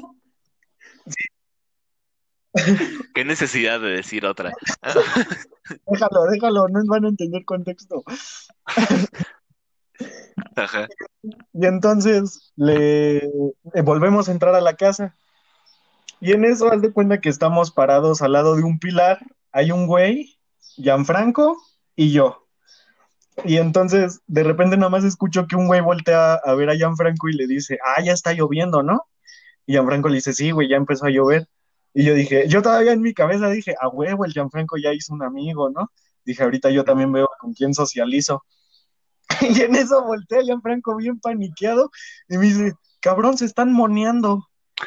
¿Qué necesidad de decir otra? déjalo, déjalo, no van a entender contexto. Ajá. Y entonces le eh, volvemos a entrar a la casa. Y en eso, haz de cuenta que estamos parados al lado de un pilar. Hay un güey, Gianfranco y yo. Y entonces, de repente, nada más escucho que un güey voltea a ver a Gianfranco y le dice, ah, ya está lloviendo, ¿no? Y Gianfranco le dice, sí, güey, ya empezó a llover. Y yo dije, yo todavía en mi cabeza dije, a huevo, el Gianfranco ya hizo un amigo, ¿no? Dije, ahorita yo también veo con quién socializo. Y en eso voltea Gianfranco bien paniqueado y me dice, cabrón, se están moneando.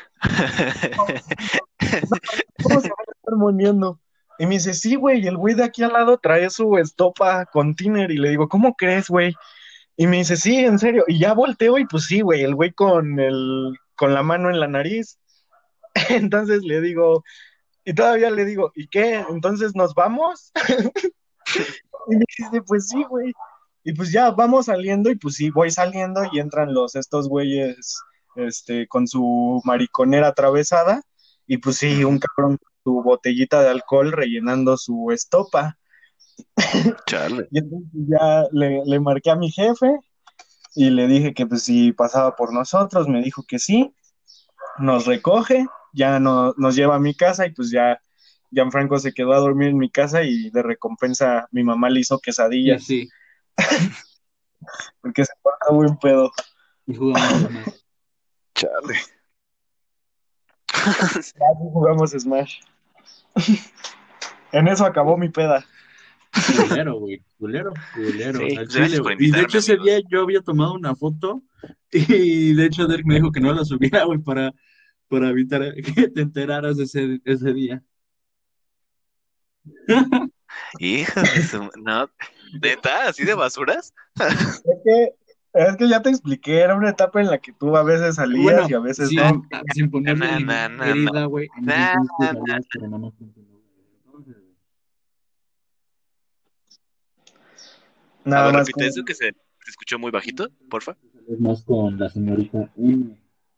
¿Cómo se van a estar moneando? Y me dice, sí, güey, el güey de aquí al lado trae su estopa con tiner. Y le digo, ¿cómo crees, güey? Y me dice, sí, en serio. Y ya volteo y pues sí, güey, el güey con el, con la mano en la nariz. Entonces le digo, y todavía le digo, ¿y qué? ¿Entonces nos vamos? Y me dice, pues sí, güey. Y pues ya vamos saliendo y pues sí, voy saliendo y entran los, estos güeyes, este, con su mariconera atravesada. Y pues sí, un Ujú. cabrón con su botellita de alcohol rellenando su estopa. Chale. Y entonces ya le, le marqué a mi jefe y le dije que pues si pasaba por nosotros, me dijo que sí, nos recoge, ya no, nos lleva a mi casa y pues ya Gianfranco se quedó a dormir en mi casa y de recompensa mi mamá le hizo Y quesadillas sí, porque se porta buen pedo. y jugamos Smash. Chale. Ya jugamos Smash. En eso acabó mi peda. Culero, güey, culero, culero, Sí, al pues chile, gracias por güey. Y de invitarme, hecho ese día amigos. yo había tomado una foto y de hecho Derek me dijo que no la subiera, güey, para, para evitar que te enteraras ese, ese día. Hijo de su... No, ¿neta? ¿Así de basuras? Es que, es que ya te expliqué, era una etapa en la que tú a veces salías y Bueno, a veces no. sin, sin ponerle No, ninguna no, no, no. herida, güey, en ese No, entonces tú no. salías, pero no más con tu novia, güey. Entonces, A Nada ver, más repite con... eso que se, se escuchó muy bajito, porfa. tú salías más con la señorita M.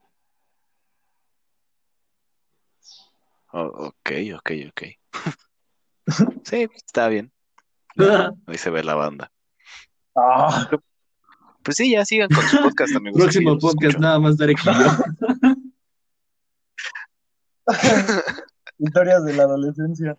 Oh, ok, ok, ok. Sí, está bien. Ya, ahí se ve la banda. Ah, Pues sí, ya sigan con su podcast, amigos. Aquí yo Próximo los podcast, escucho. nada más Derek y yo. historias de la adolescencia.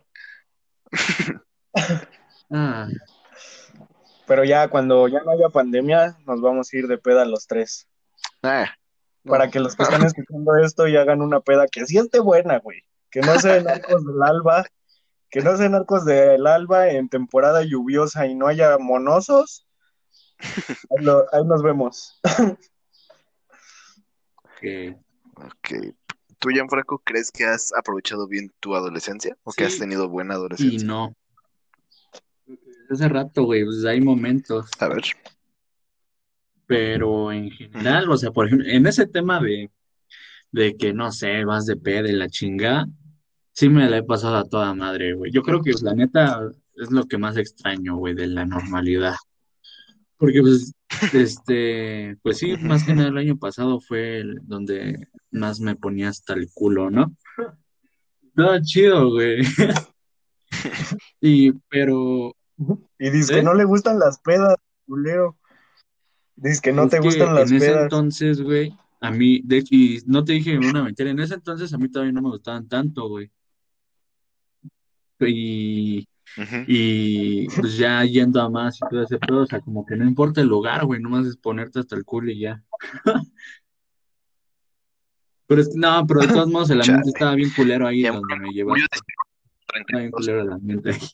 Ah, Pero ya cuando ya no haya pandemia, nos vamos a ir de peda los tres. Ah, no. Para que los que están escuchando esto y hagan una peda que sí esté buena, güey. Que no sean narcos del alba, que no sean narcos del alba en temporada lluviosa y no haya monosos. Ahí, lo- ahí nos vemos. que Ok. ¿Tú, Gianfranco, crees que has aprovechado bien tu adolescencia? ¿O que has sí tenido buena y adolescencia? no. Hace rato, güey, pues hay momentos, A ver. pero en Ujú. general, o sea, por ejemplo, en ese tema de, de que, no sé, vas de peda y la chingada, sí me la he pasado a toda madre, güey. Yo creo que, pues, la neta, es lo que más extraño, güey, de la normalidad. Porque, pues, este, pues sí, más que nada el año pasado fue el donde más me ponía hasta el culo, ¿no? Todo chido, güey. Y, pero, Y dice que ¿eh? no le gustan las pedas, culero. Dice que no Es te que gustan en las ese pedas. entonces, güey, a mí, de hecho, y no te dije una mentira, en ese entonces a mí todavía no me gustaban tanto, güey. Y, Ujú. y pues ya yendo a más y todo ese pedo, o sea, como que no importa el lugar, güey, nomás es ponerte hasta el culo y ya. Pero es que, no, pero de todos modos el ambiente Chale. estaba bien culero ahí donde Gianfranco me murió llevaste. de treinta y Estaba bien dos. culero el ambiente ahí.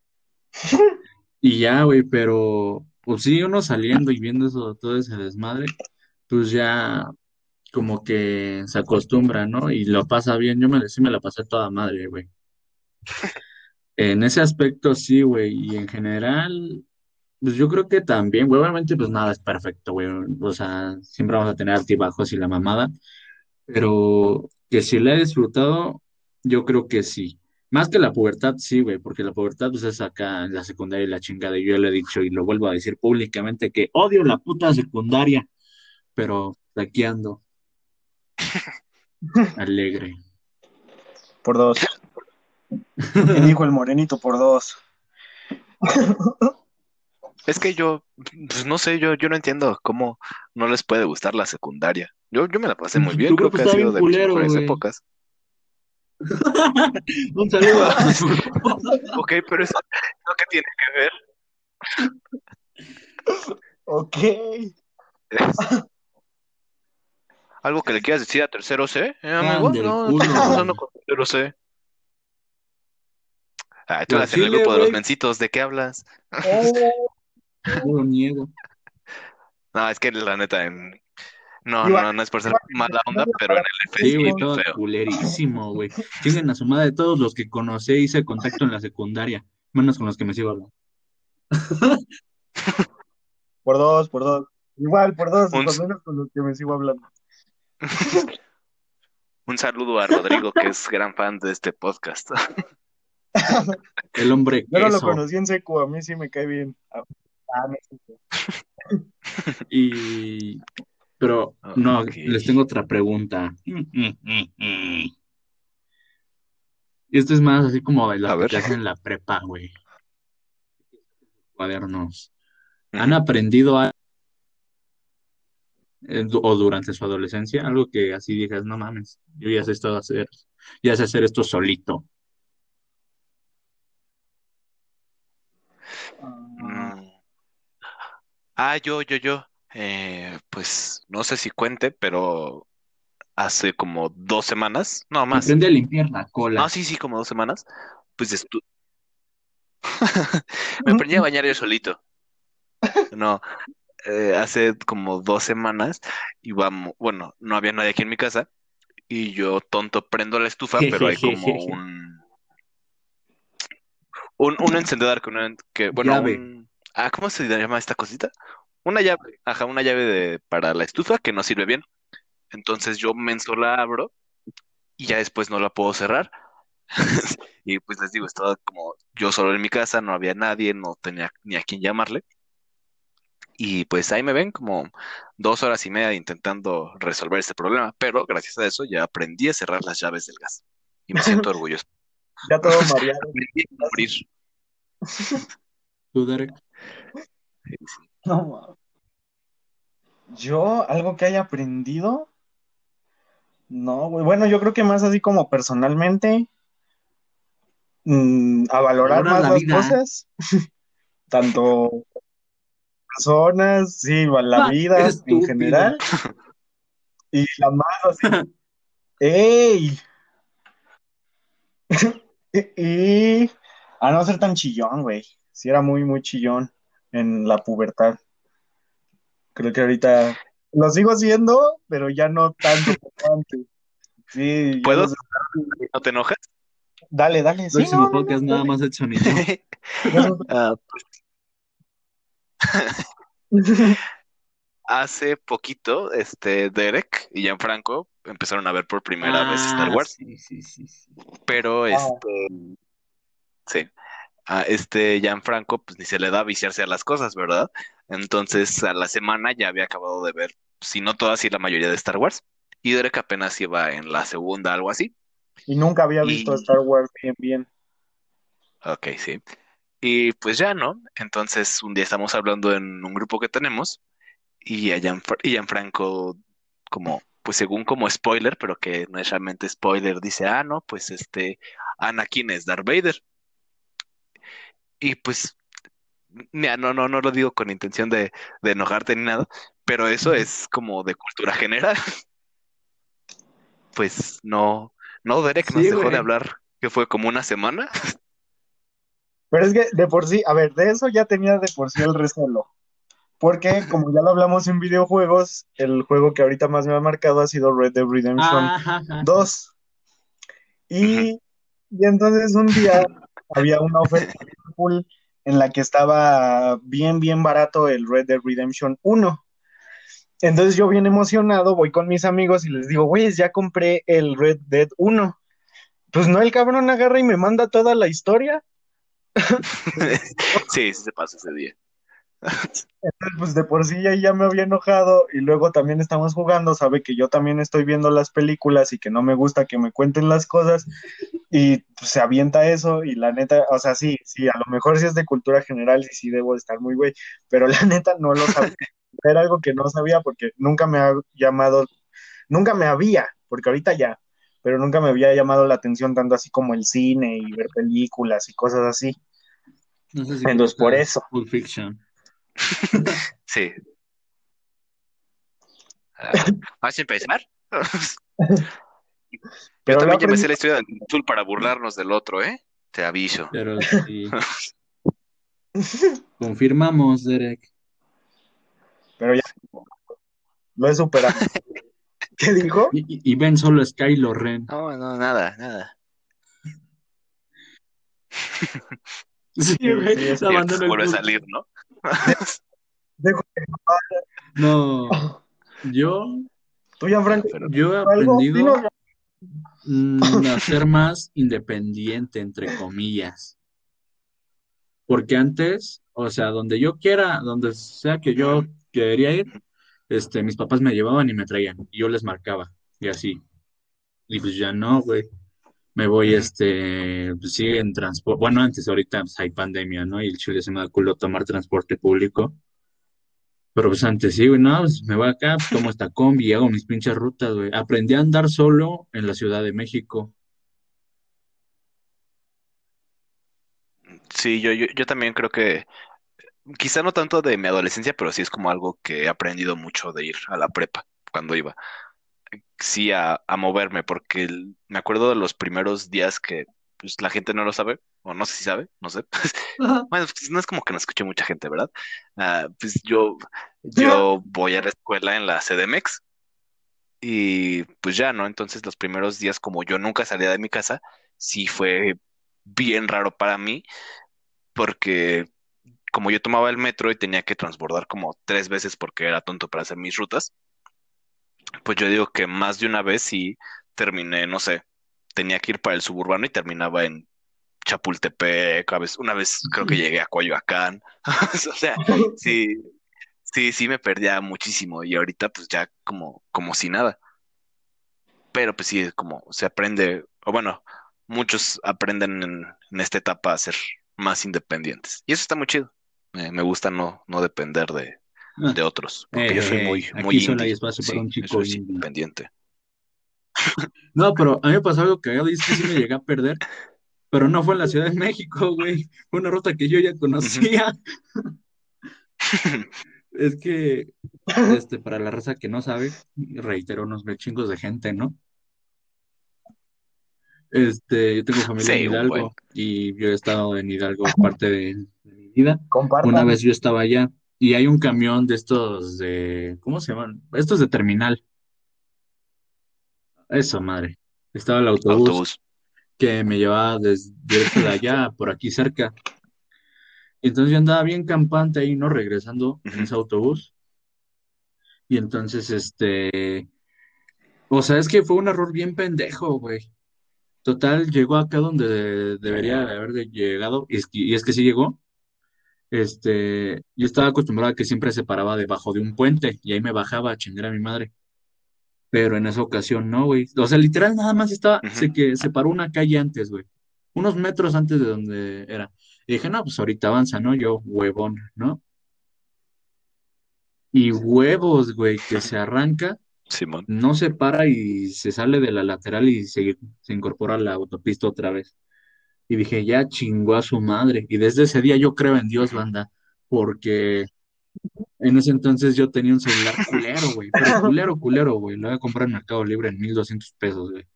Y ya, güey, pero pues sí, uno saliendo y viendo eso, todo ese desmadre, pues ya como que se acostumbra, ¿no? Y lo pasa bien. Yo me, sí me la pasé toda madre, güey. En ese aspecto sí, güey. Y en general, pues yo creo que también, güey, obviamente, pues nada es perfecto, güey. O sea, siempre vamos a tener altibajos y la mamada. Pero que si la he disfrutado, yo creo que sí. Más que la pubertad, sí, güey, porque la pubertad, pues es acá en la secundaria y la chingada. Y yo ya lo he dicho y lo vuelvo a decir públicamente que odio la puta secundaria, pero aquí ando. Alegre. Por dos. ¿Qué dijo el morenito por dos? Es que yo, pues no sé, yo, yo no entiendo cómo no les puede gustar la secundaria. Yo, yo me la pasé muy Tu bien, creo grupo que ha estaba sido bien de mis culero, mejores güey. épocas. Un saludo a su grupo. Ok, pero eso, ¿eso qué tiene que ver? Ok. ¿Es algo que le quieras decir a tercero C, eh, Eran amigo? del No, ¿qué culo, está pasando güey. con tercero C? Ah, tú Pues al eras en el chile, grupo de los güey, mencitos, ¿de qué hablas? Oh, no lo niego. No, es que la neta, en... no, iba, no, no es por ser iba en mala onda, secundaria pero en para el F Sí, sí, güey, bien estaba feo. culerísimo, güey. Chinguen a su madre todos los que conocí y hice contacto en la secundaria, menos con los que me sigo hablando. por dos, por dos. Igual, por dos, Un, con menos con los que me sigo hablando. un saludo a Rodrigo, que es gran fan de este podcast. El hombre Yo no lo queso. conocí en seco, a mí sí me cae bien. Ah, ah, no es cierto. Y... Pero no, Ok. les tengo otra pregunta. Y esto es más así como de A las que ver. te hacen en la prepa, güey. Cuadernos. ¿Han Ujú. aprendido a, eh, du- o durante su adolescencia algo que así digas, no mames, yo ya sé esto hacer, ya sé hacer esto solito? Ah, Mm. Ah, yo, yo, yo. Eh, pues no sé si cuente, pero hace como dos semanas, no más. Aprende a limpiar la No, cola. sí, sí, como dos semanas. Pues estu- me aprendí a bañar yo solito. No, eh, hace como dos semanas íbamos, bueno, no había nadie aquí en mi casa y yo tonto prendo la estufa, pero hay como Jejejeje. un, un, un encendedor que, una- que, bueno, Llave. un, ah, ¿cómo se llama esta cosita? Una llave, ajá, una llave de, para la estufa que no sirve bien. Entonces yo menso la abro y ya después no la puedo cerrar. Y pues les digo, estaba como yo solo en mi casa, no había nadie, no tenía ni a quién llamarle. Y pues ahí me ven como dos horas y media intentando resolver este problema, pero gracias a eso ya aprendí a cerrar las llaves del gas. Y me siento orgulloso. ya todo mareado. Aprendí a morir. ¿Tú, Derek? Sí, sí. No, ma. Yo, algo que haya aprendido, no, güey. Bueno, yo creo que más así como personalmente, mm, a valorar Valora más la las vida. cosas, tanto personas, sí, la ¡Ah! vida en Estúpido. general, y la más así, ¡ey! Y a no ser tan chillón, güey. Sí era muy, muy chillón en la pubertad. Creo que ahorita lo sigo siendo, pero ya no tanto como antes. Sí, ya ¿Puedo? los... ¿No te enojas? Dale, dale. Sí, Próximo no, no, no, podcast nada dale. más hecho ni yo. Ya son- Ah, hace poquito, este, Derek y Gianfranco empezaron a ver por primera vez Star Ah, Wars, sí, sí, sí, sí. pero Ah, este, sí, a este Gianfranco pues ni se le da a viciarse a las cosas, ¿verdad? Entonces a la semana ya había acabado de ver, si no todas y la mayoría de Star Wars, y Derek apenas iba en la segunda, algo así, y nunca había visto y, Star Wars bien, bien. ok, sí, y pues ya, ¿no? Entonces un día estamos hablando en un grupo que tenemos, y a Gianfr- y Gianfranco, como, pues según como spoiler, pero que no es realmente spoiler, dice, ah, no, pues este, Anakin es Darth Vader. Y pues, mira, no, no, no lo digo con intención de, de enojarte ni nada, pero eso es como de cultura general. Pues no, no, Derek nos Sí, dejó de güey. hablar, que fue como una semana. Pero es que de por sí, a ver, de eso ya tenía de por sí el recelo. Porque como ya lo hablamos en videojuegos, el juego que ahorita más me ha marcado ha sido Red Dead Redemption Ah, ja, ja, ja. dos. Ujú. Y, y entonces un día había una oferta en Liverpool en la que estaba bien, bien barato el Red Dead Redemption uno. Entonces yo bien emocionado voy con mis amigos y les digo, güey, ya compré el Red Dead uno. Pues no, el cabrón agarra y me manda toda la historia. Sí, sí se pasó ese día. Pues de por sí ya, ya me había enojado y luego también estamos jugando, sabe que yo también estoy viendo las películas y que no me gusta que me cuenten las cosas y pues, se avienta eso y la neta, o sea, sí, sí, a lo mejor sí es de cultura general y sí debo de estar muy güey, pero la neta no lo sabía. Era algo que no sabía porque nunca me ha llamado, nunca me había, porque ahorita ya, pero nunca me había llamado la atención tanto así como el cine y ver películas y cosas así. No sé si Entonces, por conozcas eso. Pulp Fiction. Sí. Ah, ¿vas a empezar? Yo Pero lo también ya me aprendí, sé la historia del Tool para burlarnos del otro, ¿eh? Te aviso. Pero sí, confirmamos, Derek. pero ya lo he superado. ¿Qué dijo? Y, y- y ven solo Skylo Ren. No, no, nada, nada. Sí, Sí, güey, sí, eso. la Y banda ahorita en el vuelve a bus. salir, ¿no? Dejo- No, yo, ¿Tú, Ah, Gianfranco, pero yo he algo? Dinos. aprendido mm, a ser más independiente, entre comillas. Porque antes, o sea, donde yo quiera, donde sea que yo quería ir, este, mis papás me llevaban y me traían, y yo les marcaba, y así. Y pues ya no, güey. Me voy, ujú. este, pues sí, en transporte. Bueno, antes, ahorita pues, hay pandemia, ¿no? Y el chile se me da culo tomar transporte público. Pero pues antes sí, güey, no, pues me voy acá, pues tomo esta combi y hago mis pinches rutas, güey. Aprendí a andar solo en la Ciudad de México. Sí, yo, yo, yo también creo que quizá no tanto de mi adolescencia, pero sí es como algo que he aprendido mucho de ir a la prepa cuando iba. Sí, a, a moverme, porque el- me acuerdo de los primeros días que pues, la gente no lo sabe, o no sé si sabe, no sé. Ajá. Bueno, pues no es como que no escuche mucha gente, ¿verdad? Ah, pues yo, yo voy a la escuela en la C D M X y pues ya, ¿no? Entonces los primeros días, como yo nunca salía de mi casa, sí fue bien raro para mí, porque como yo tomaba el metro y tenía que transbordar como tres veces porque era tonto para hacer mis rutas, pues yo digo que más de una vez sí terminé, no sé, tenía que ir para el suburbano y terminaba en Chapultepec, a veces, una vez creo que llegué a Coyoacán, o sea, sí, sí, sí me perdía muchísimo y ahorita pues ya como, como si nada, pero pues sí, como se aprende, o bueno, muchos aprenden en, en esta etapa a ser más independientes y eso está muy chido. Me, me gusta no, no depender de, Ah, de otros, porque hey, yo hey, soy hey, muy, aquí muy solo hay indie, espacio para sí, un eso chico es indie. independiente. No, pero a mí me pasó algo cagado y es que sí me llegué a perder, pero no fue en la Ciudad de México, güey. Fue una ruta que yo ya Ujú. conocía. Es que, este, para la raza que no sabe, reitero, unos ve chingos de gente, ¿no? Este, yo tengo familia en Sí, un buen. Hidalgo y yo he estado en Hidalgo parte de, de mi vida. Una Compartan. vez yo estaba allá y hay un camión de estos de, ¿cómo se llaman? Estos de terminal. Eso, madre. Estaba el autobús Autobús. que me llevaba des- directo de allá, por aquí cerca. Y entonces yo andaba bien campante ahí, ¿no? Regresando en Ujú. ese autobús. Y entonces, este, o sea, es que fue un error bien pendejo, güey. Total, llegó acá donde debería de haber de llegado, y es que, y es que sí llegó. Este, yo estaba acostumbrado a que siempre se paraba debajo de un puente y ahí me bajaba a chingar a mi madre. Pero en esa ocasión no, güey. O sea, literal nada más estaba, Ujú. sé que se paró una calle antes, güey. Unos metros antes de donde era. Y dije, no, pues ahorita avanza, ¿no? Yo, huevón, ¿no? Y huevos, güey, que se arranca, Simón. no se para y se sale de la lateral y se, se incorpora a la autopista otra vez. Y dije, ya chingó a su madre. Y desde ese día yo creo en Dios, Ujú. banda, porque en ese entonces yo tenía un celular culero, güey, pero culero, culero, güey. Lo voy a comprar en Mercado Libre en mil doscientos pesos, güey.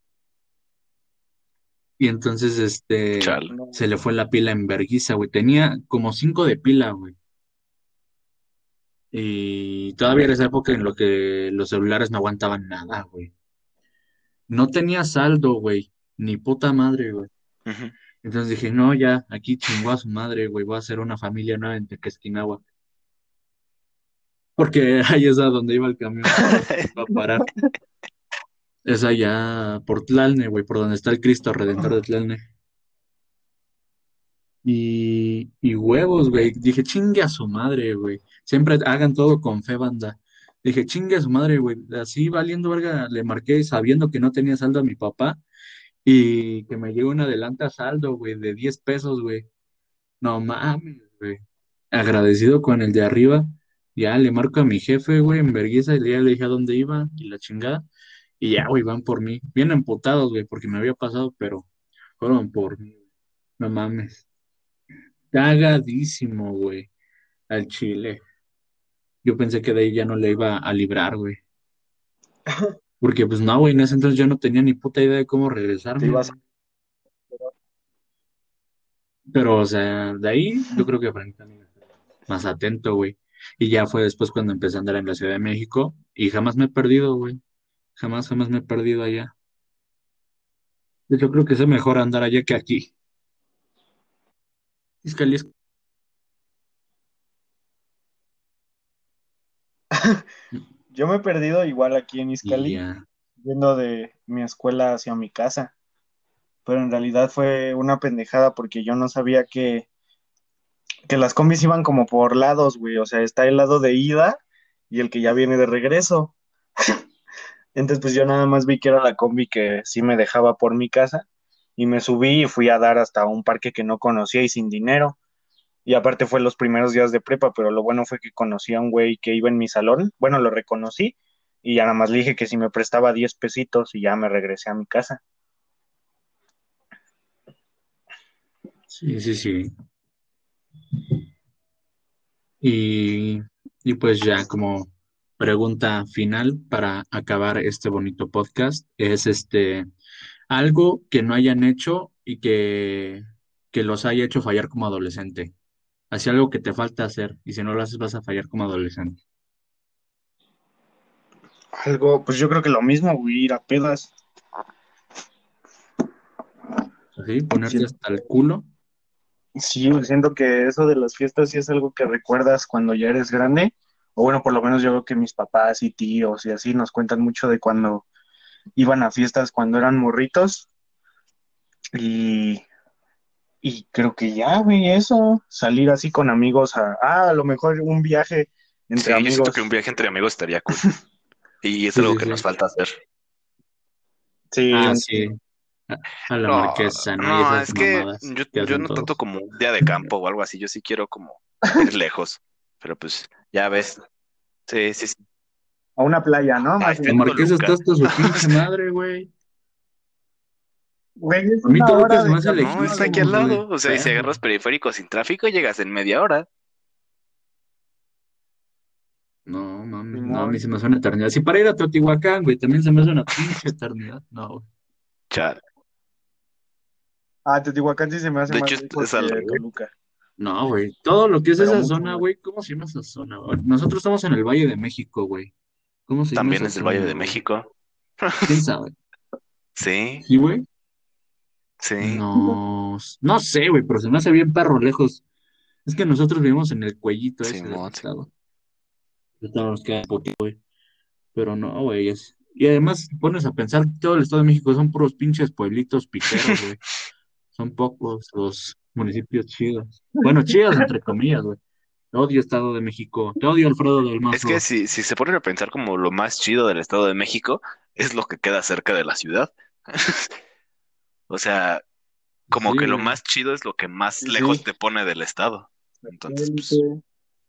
Y entonces, este, Chale. No. se le fue la pila en vergüenza, güey. Tenía como cinco de pila, güey. Y todavía era esa época en lo que los celulares no aguantaban nada, güey. No tenía saldo, güey. Ni puta madre, güey. Ujú. Entonces dije, no, ya, aquí chingó a su madre, güey. Voy a hacer una familia nueva en Tequesquinagua. Porque ahí es a donde iba el camión. Va a parar. Es allá por Tlalne, güey, por donde está el Cristo Redentor de Tlalne. Y, y huevos, güey. Dije, chingue a su madre, güey. Siempre hagan todo con fe, banda. Dije, chingue a su madre, güey. Así valiendo verga, le marqué sabiendo que no tenía saldo a mi papá y que me llegó un adelante a saldo, güey, de diez pesos, güey. No mames, güey. Agradecido con el de arriba. Ya le marco a mi jefe, güey, en vergüenza, y ya le dije a dónde iba y la chingada. Y ya, güey, van por mí. Bien emputados, güey, porque me había pasado, pero fueron por mí. No mames. Cagadísimo, güey, al Chile. Yo pensé que de ahí ya no le iba a librar, güey. Porque, pues no, güey, en ese entonces yo no tenía ni puta idea de cómo Te regresarme, ibas. güey. Pero, o sea, de ahí yo creo que aprendí también a ser más atento, güey. Y ya fue después cuando empecé a andar en la Ciudad de México y jamás me he perdido, güey. Jamás, jamás me he perdido allá. De hecho, creo que es mejor andar allá que aquí. Izcali es- Yo me he perdido igual aquí en Y Izcali, ya. yendo de mi escuela hacia mi casa, pero en realidad fue una pendejada porque yo no sabía que, que las combis iban como por lados, güey, o sea, está el lado de ida y el que ya viene de regreso. Entonces, pues yo nada más vi que era la combi que sí me dejaba por mi casa y me subí y fui a dar hasta un parque que no conocía y sin dinero. Y aparte fue los primeros días de prepa, pero lo bueno fue que conocí a un güey que iba en mi salón. Bueno, lo reconocí y ya nada más le dije que si me prestaba diez pesitos y ya me regresé a mi casa. Sí, sí, sí. Y, y pues ya como pregunta final para acabar este bonito podcast es este algo que no hayan hecho y que, que los haya hecho fallar como adolescente. Así algo que te falta hacer y si no lo haces vas a fallar como adolescente. Algo, pues yo creo que lo mismo, güey, ir a pedas. Así, ponerte Siento, hasta el culo. sí, siento que eso de las fiestas sí es algo que recuerdas cuando ya eres grande. O bueno, por lo menos yo creo que mis papás y tíos y así nos cuentan mucho de cuando iban a fiestas cuando eran morritos. Y, y creo que ya, güey, eso, salir así con amigos a, ah, a lo mejor un viaje entre Sí, yo siento que un amigos. viaje entre amigos estaría cool. Y es Sí, algo sí, que nos sí. falta hacer. Sí, Ah, un- sí. A, a la No, marquesa, ¿no? Y no, esas es que mamadas yo, que yo hacen no tanto todos. como un día de campo o algo así, yo sí quiero como ir lejos. Pero pues, ya ves. Sí, sí, sí. a una playa, ¿no? Ah, Más estoy La bien. en marquesa está Toluca. hasta su pinche madre, güey. Güey, es A mí una Toluca hora se me de hace No, está aquí lejísimos, al camino. güey. lado. O sea, y si Perro. agarras periférico sin tráfico, llegas en media hora. No, mami, no, a mí Simón. se me hace una eternidad. Si para ir a Teotihuacán, güey, también se me hace una pinche eternidad. No, güey. Chale. Ah, Teotihuacán sí se me hace De más hecho, es, lejos es que al revés. Toluca, No, güey. Todo lo que es pero esa mucho zona, más. güey, ¿cómo se llama esa zona, güey? Nosotros estamos en el Valle de México, güey. ¿Cómo se llama También esa es del Valle zona, de güey? México. ¿Quién sabe? Sí, ¿Sí, güey? sí. No, no sé, güey, pero se me hace bien perro lejos. Es que nosotros vivimos en el cuellito ese del Simón, sí. estado. Ahorita nos queda poquito, güey. Pero no, güey, es... Y además, si pones a pensar, todo el Estado de México son puros pinches pueblitos piqueros, güey. Son pocos los municipios chidos. Bueno, chidos entre comillas, güey. Te odio Estado de México. Te odio Alfredo del Es que Mazo. si, si se ponen a pensar como lo más chido del Estado de México, es lo que queda cerca de la ciudad. O sea, como Sí, que lo güey. más chido es lo que más Sí, lejos sí. te pone del estado. Entonces, pues, Satélite.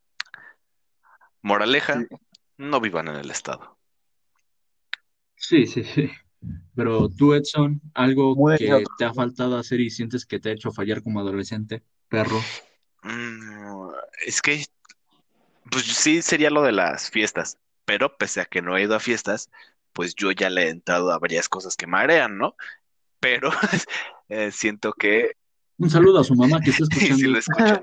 Sí. moraleja, no vivan en el estado. Sí, sí, sí. Pero tú, Edson, algo Múdense a que otro te ha lugar. faltado hacer y sientes que te ha hecho fallar como adolescente, perro. Mm, es que, pues sí sería lo de las fiestas, pero pese a que no he ido a fiestas, pues yo ya le he entrado a varias cosas que marean, ¿no? Pero eh, siento que, Un saludo a su mamá que está y si escuchando. lo escucha,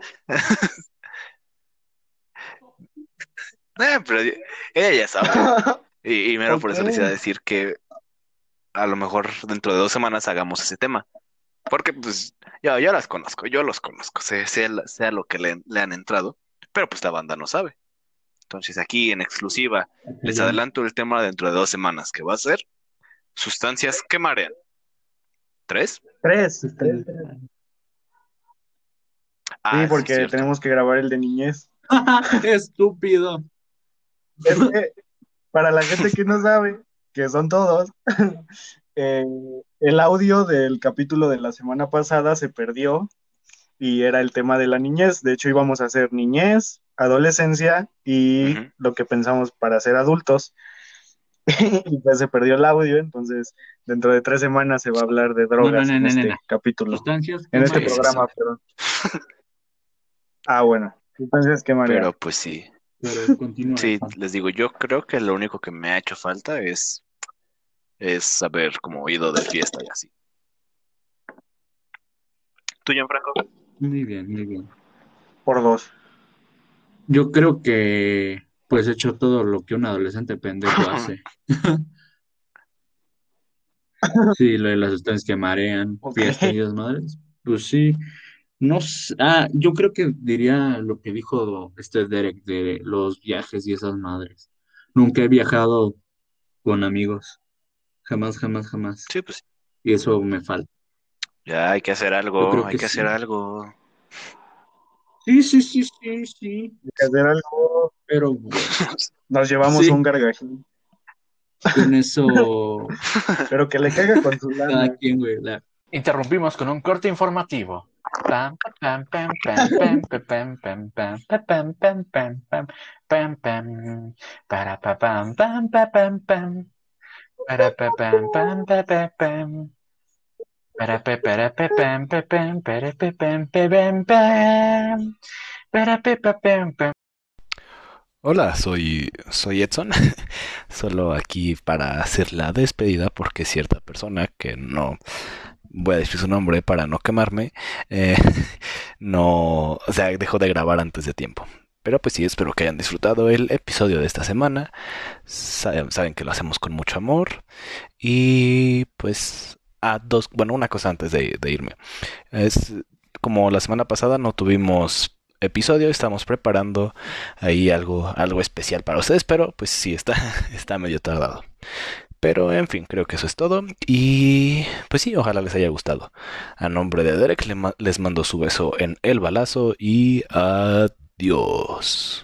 eh, pero ella ya sabe. Y, y mero por Ok. eso les iba a decir que a lo mejor dentro de dos semanas hagamos ese tema. Porque pues ya, ya las conozco, yo los conozco, sé, sé la- sea lo que le, le han entrado, pero pues la banda no sabe. Entonces aquí en exclusiva les Ya. adelanto el tema dentro de dos semanas, que va a ser sustancias que marean. ¿Tres? Tres. Está- Sí, Ah, sí, porque cierto. tenemos que grabar el de niñez. Estúpido. Es que, para la gente que no sabe, que son todos, eh, el audio del capítulo de la semana pasada se perdió y era el tema de la niñez. De hecho, íbamos a hacer niñez, adolescencia y Ujú. lo que pensamos para ser adultos. Y pues se perdió el audio, entonces dentro de tres semanas se va a hablar de No, no, drogas no, en no, no, no. este capítulo, Sustancias que en este Sí, sí, sí. programa, perdón. Ah, bueno. Entonces, ¿qué María? Pero pues sí. Pero continúa. Sí, les digo, yo creo que lo único que me ha hecho falta es, es haber como ido de fiesta y así. ¿Tú, Gianfranco? Muy bien, muy bien. Por dos. Yo creo que pues he hecho todo lo que un adolescente pendejo hace. Sí, lo de las sustancias que marean, Ok. fiestas y esas madres. Pues sí, no sé. Ah, yo creo que diría lo que dijo este Derek de los viajes y esas madres. Nunca he viajado con amigos. Jamás, jamás, jamás. Sí, pues Y eso me falta. ya hay que hacer Yo algo, creo hay que que hacer sí. algo. Sí, sí, sí, sí, sí. Hay que hacer algo. Pero bueno, Nos llevamos sí, un gargajín. con eso Pero que le caiga con su cada lana. quien, güey. La... Interrumpimos con un corte informativo. Pam, pam, pam, pam, pam, pam, pam, pam, pam, pam, pam, pam, pam, pam, pam, para pa pam, pam, pa pam, pam, para pa pam, pam, pa pa pam, para pa para pa pam, pa pam, para pa pam, pa pam, pam, para pa pa pam, pam. Hola, soy, soy Edson, solo aquí para hacer la despedida porque cierta persona que no voy a decir su nombre para no quemarme, eh, no, o sea, dejó de grabar antes de tiempo. Pero pues sí, espero que hayan disfrutado el episodio de esta semana. Sa- Saben que lo hacemos con mucho amor. Y pues, a dos, bueno, una cosa antes de, de irme. Es como la semana pasada no tuvimos episodio, estamos preparando ahí algo, algo especial para ustedes, pero pues sí, está, está medio tardado. Pero en fin, creo que eso es todo. Y pues sí, ojalá les haya gustado. A nombre de Derek le ma- les mando su beso en el balazo y adiós.